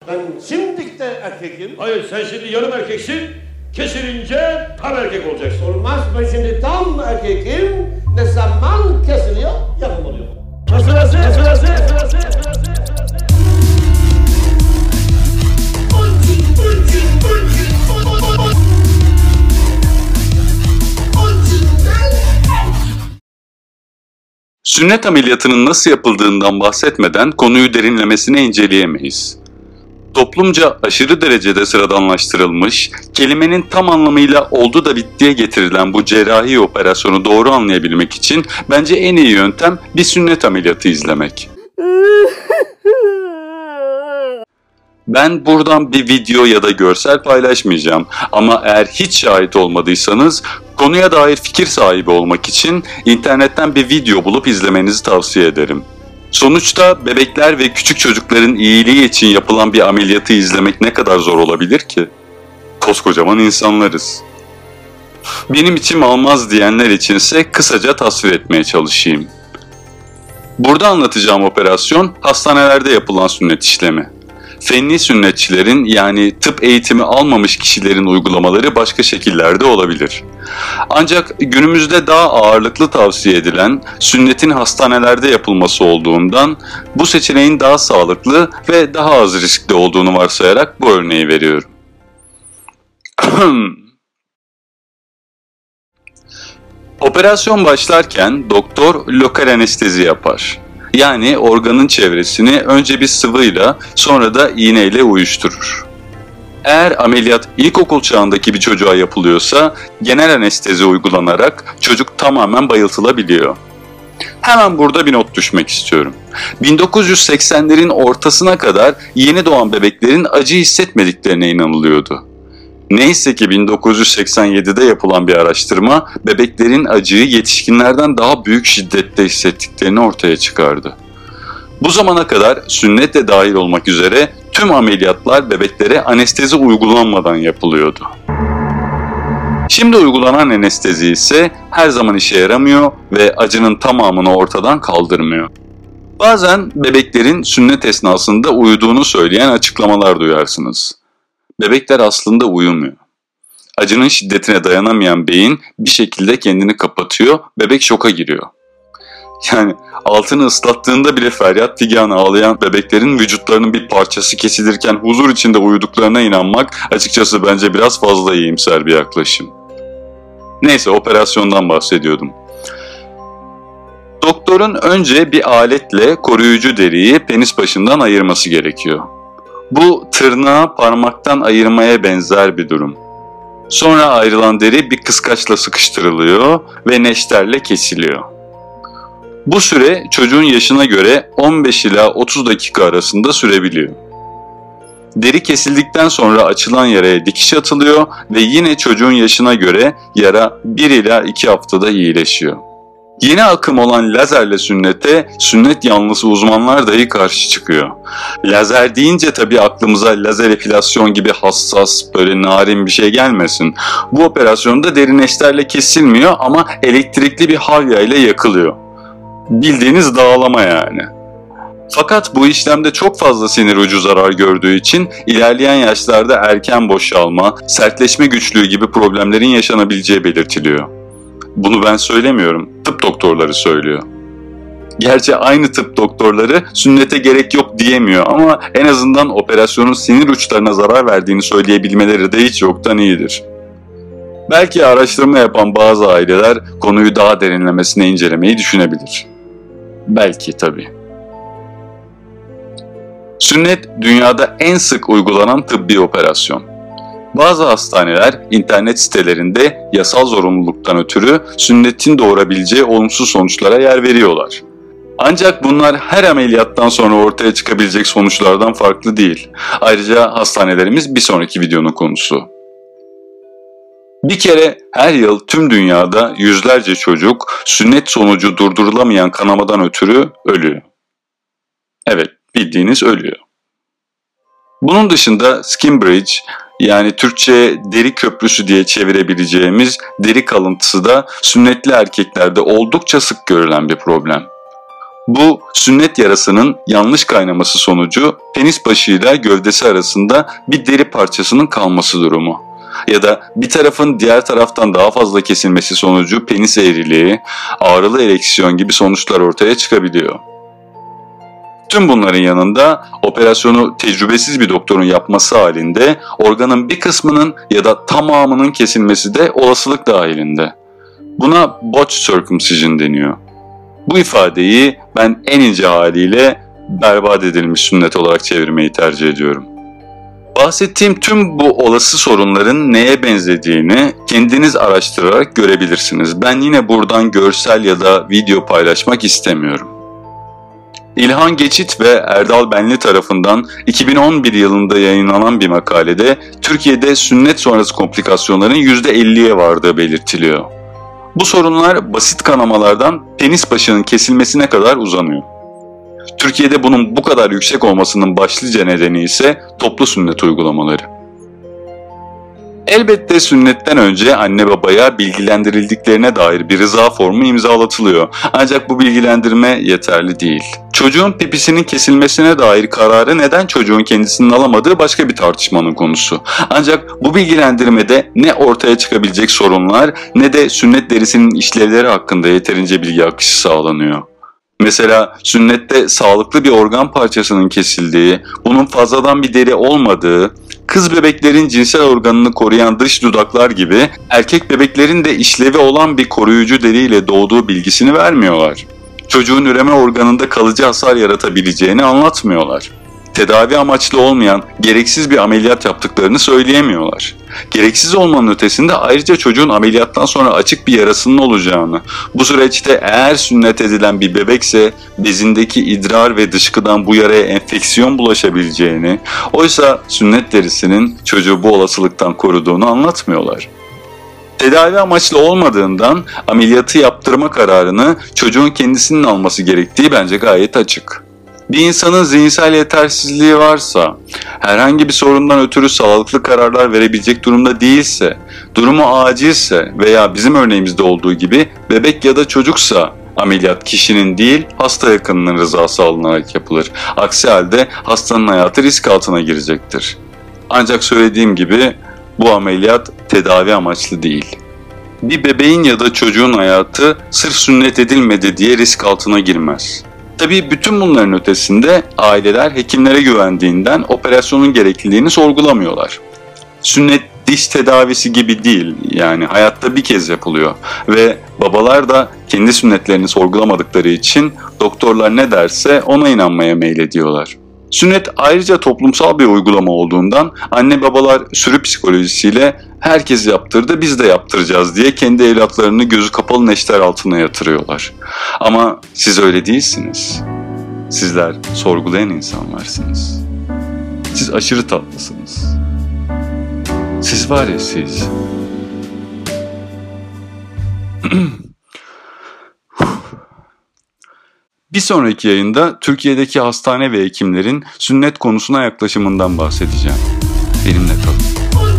Ben şimdilik de erkekim. Hayır, sen şimdi yarım erkeksin, kesilince tam erkek olacaksın. Olmaz, ben şimdi tam erkekim. Ne zaman kesiliyor, yapım oluyor. Sırası. Sünnet ameliyatının nasıl yapıldığından bahsetmeden konuyu derinlemesine inceleyemeyiz. Toplumca aşırı derecede sıradanlaştırılmış, kelimenin tam anlamıyla oldu da bittiye getirilen bu cerrahi operasyonu doğru anlayabilmek için bence en iyi yöntem bir sünnet ameliyatı izlemek. Ben buradan bir video ya da görsel paylaşmayacağım ama eğer hiç şahit olmadıysanız konuya dair fikir sahibi olmak için internetten bir video bulup izlemenizi tavsiye ederim. Sonuçta bebekler ve küçük çocukların iyiliği için yapılan bir ameliyatı izlemek ne kadar zor olabilir ki? Koskocaman insanlarız. Benim içim almaz diyenler içinse kısaca tasvir etmeye çalışayım. Burada anlatacağım operasyon hastanelerde yapılan sünnet işlemi. Fenni sünnetçilerin yani tıp eğitimi almamış kişilerin uygulamaları başka şekillerde olabilir. Ancak günümüzde daha ağırlıklı tavsiye edilen sünnetin hastanelerde yapılması olduğundan bu seçeneğin daha sağlıklı ve daha az riskli olduğunu varsayarak bu örneği veriyorum. Operasyon başlarken doktor lokal anestezi yapar. Yani organın çevresini önce bir sıvıyla sonra da iğneyle uyuşturur. Eğer ameliyat ilkokul çağındaki bir çocuğa yapılıyorsa genel anestezi uygulanarak çocuk tamamen bayıltılabiliyor. Hemen burada bir not düşmek istiyorum. 1980'lerin ortasına kadar yeni doğan bebeklerin acı hissetmediklerine inanılıyordu. Neyse ki 1987'de yapılan bir araştırma bebeklerin acıyı yetişkinlerden daha büyük şiddette hissettiklerini ortaya çıkardı. Bu zamana kadar sünnet de dahil olmak üzere tüm ameliyatlar bebeklere anestezi uygulanmadan yapılıyordu. Şimdi uygulanan anestezi ise her zaman işe yaramıyor ve acının tamamını ortadan kaldırmıyor. Bazen bebeklerin sünnet esnasında uyuduğunu söyleyen açıklamalar duyarsınız. Bebekler aslında uyumuyor. Acının şiddetine dayanamayan beyin bir şekilde kendini kapatıyor, bebek şoka giriyor. Yani altını ıslattığında bile feryat figan ağlayan bebeklerin vücutlarının bir parçası kesilirken huzur içinde uyuduklarına inanmak açıkçası bence biraz fazla iyimser bir yaklaşım. Neyse operasyondan bahsediyordum. Doktorun önce bir aletle koruyucu deriyi penis başından ayırması gerekiyor. Bu tırnağı parmaktan ayırmaya benzer bir durum. Sonra ayrılan deri bir kıskaçla sıkıştırılıyor ve neşterle kesiliyor. Bu süre çocuğun yaşına göre 15 ila 30 dakika arasında sürebiliyor. Deri kesildikten sonra açılan yaraya dikiş atılıyor ve yine çocuğun yaşına göre yara 1 ila 2 haftada iyileşiyor. Yeni akım olan lazerle sünnete sünnet yanlısı uzmanlar dahi karşı çıkıyor. Lazer deyince tabii aklımıza lazer epilasyon gibi hassas, böyle narin bir şey gelmesin. Bu operasyonda deri neşterle kesilmiyor ama elektrikli bir halya ile yakılıyor. Bildiğiniz dağlama yani. Fakat bu işlemde çok fazla sinir ucu zarar gördüğü için ilerleyen yaşlarda erken boşalma, sertleşme güçlüğü gibi problemlerin yaşanabileceği belirtiliyor. Bunu ben söylemiyorum, tıp doktorları söylüyor. Gerçi aynı tıp doktorları sünnete gerek yok diyemiyor ama en azından operasyonun sinir uçlarına zarar verdiğini söyleyebilmeleri de hiç yoktan iyidir. Belki araştırma yapan bazı aileler konuyu daha derinlemesine incelemeyi düşünebilir. Belki tabii. Sünnet dünyada en sık uygulanan tıbbi operasyon. Bazı hastaneler internet sitelerinde yasal zorunluluktan ötürü sünnetin doğurabileceği olumsuz sonuçlara yer veriyorlar. Ancak bunlar her ameliyattan sonra ortaya çıkabilecek sonuçlardan farklı değil. Ayrıca hastanelerimiz bir sonraki videonun konusu. Bir kere her yıl tüm dünyada yüzlerce çocuk sünnet sonucu durdurulamayan kanamadan ötürü ölüyor. Evet, bildiğiniz ölüyor. Bunun dışında skin bridge, yani Türkçe deri köprüsü diye çevirebileceğimiz deri kalıntısı da sünnetli erkeklerde oldukça sık görülen bir problem. Bu sünnet yarasının yanlış kaynaması sonucu penis başıyla gövdesi arasında bir deri parçasının kalması durumu. Ya da bir tarafın diğer taraftan daha fazla kesilmesi sonucu penis eğriliği, ağrılı ereksiyon gibi sonuçlar ortaya çıkabiliyor. Tüm bunların yanında operasyonu tecrübesiz bir doktorun yapması halinde organın bir kısmının ya da tamamının kesilmesi de olasılık dahilinde. Buna botched circumcision deniyor. Bu ifadeyi ben en ince haliyle berbat edilmiş sünnet olarak çevirmeyi tercih ediyorum. Bahsettiğim tüm bu olası sorunların neye benzediğini kendiniz araştırarak görebilirsiniz. Ben yine buradan görsel ya da video paylaşmak istemiyorum. İlhan Geçit ve Erdal Benli tarafından 2011 yılında yayınlanan bir makalede Türkiye'de sünnet sonrası komplikasyonların %50'ye vardığı belirtiliyor. Bu sorunlar basit kanamalardan penis başının kesilmesine kadar uzanıyor. Türkiye'de bunun bu kadar yüksek olmasının başlıca nedeni ise toplu sünnet uygulamaları. Elbette sünnetten önce anne babaya bilgilendirildiklerine dair bir rıza formu imzalatılıyor. Ancak bu bilgilendirme yeterli değil. Çocuğun pipisinin kesilmesine dair kararı neden çocuğun kendisinin alamadığı başka bir tartışmanın konusu. Ancak bu bilgilendirmede ne ortaya çıkabilecek sorunlar ne de sünnet derisinin işlevleri hakkında yeterince bilgi akışı sağlanıyor. Mesela sünnette sağlıklı bir organ parçasının kesildiği, bunun fazladan bir deri olmadığı, kız bebeklerin cinsel organını koruyan dış dudaklar gibi erkek bebeklerin de işlevi olan bir koruyucu deriyle doğduğu bilgisini vermiyorlar. Çocuğun üreme organında kalıcı hasar yaratabileceğini anlatmıyorlar. Tedavi amaçlı olmayan, gereksiz bir ameliyat yaptıklarını söyleyemiyorlar. Gereksiz olmanın ötesinde ayrıca çocuğun ameliyattan sonra açık bir yarasının olacağını, bu süreçte eğer sünnet edilen bir bebekse bezindeki idrar ve dışkıdan bu yaraya enfeksiyon bulaşabileceğini, oysa sünnet derisinin çocuğu bu olasılıktan koruduğunu anlatmıyorlar. Tedavi amaçlı olmadığından ameliyatı yaptırma kararını çocuğun kendisinin alması gerektiği bence gayet açık. Bir insanın zihinsel yetersizliği varsa, herhangi bir sorundan ötürü sağlıklı kararlar verebilecek durumda değilse, durumu acilse veya bizim örneğimizde olduğu gibi bebek ya da çocuksa ameliyat kişinin değil hasta yakınının rızası alınarak yapılır. Aksi halde hastanın hayatı risk altına girecektir. Ancak söylediğim gibi bu ameliyat tedavi amaçlı değil. Bir bebeğin ya da çocuğun hayatı sırf sünnet edilmedi diye risk altına girmez. Tabii bütün bunların ötesinde aileler hekimlere güvendiğinden operasyonun gerekliliğini sorgulamıyorlar. Sünnet diş tedavisi gibi değil, yani hayatta bir kez yapılıyor ve babalar da kendi sünnetlerini sorgulamadıkları için doktorlar ne derse ona inanmaya meylediyorlar. Sünnet ayrıca toplumsal bir uygulama olduğundan anne babalar sürü psikolojisiyle herkes yaptırdı biz de yaptıracağız diye kendi evlatlarını gözü kapalı neşter altına yatırıyorlar. Ama siz öyle değilsiniz. Sizler sorgulayan insanlarsınız. Siz aşırı tatlısınız. Siz var ya siz. Bir sonraki yayında Türkiye'deki hastane ve hekimlerin sünnet konusuna yaklaşımından bahsedeceğim. Benimle kalın.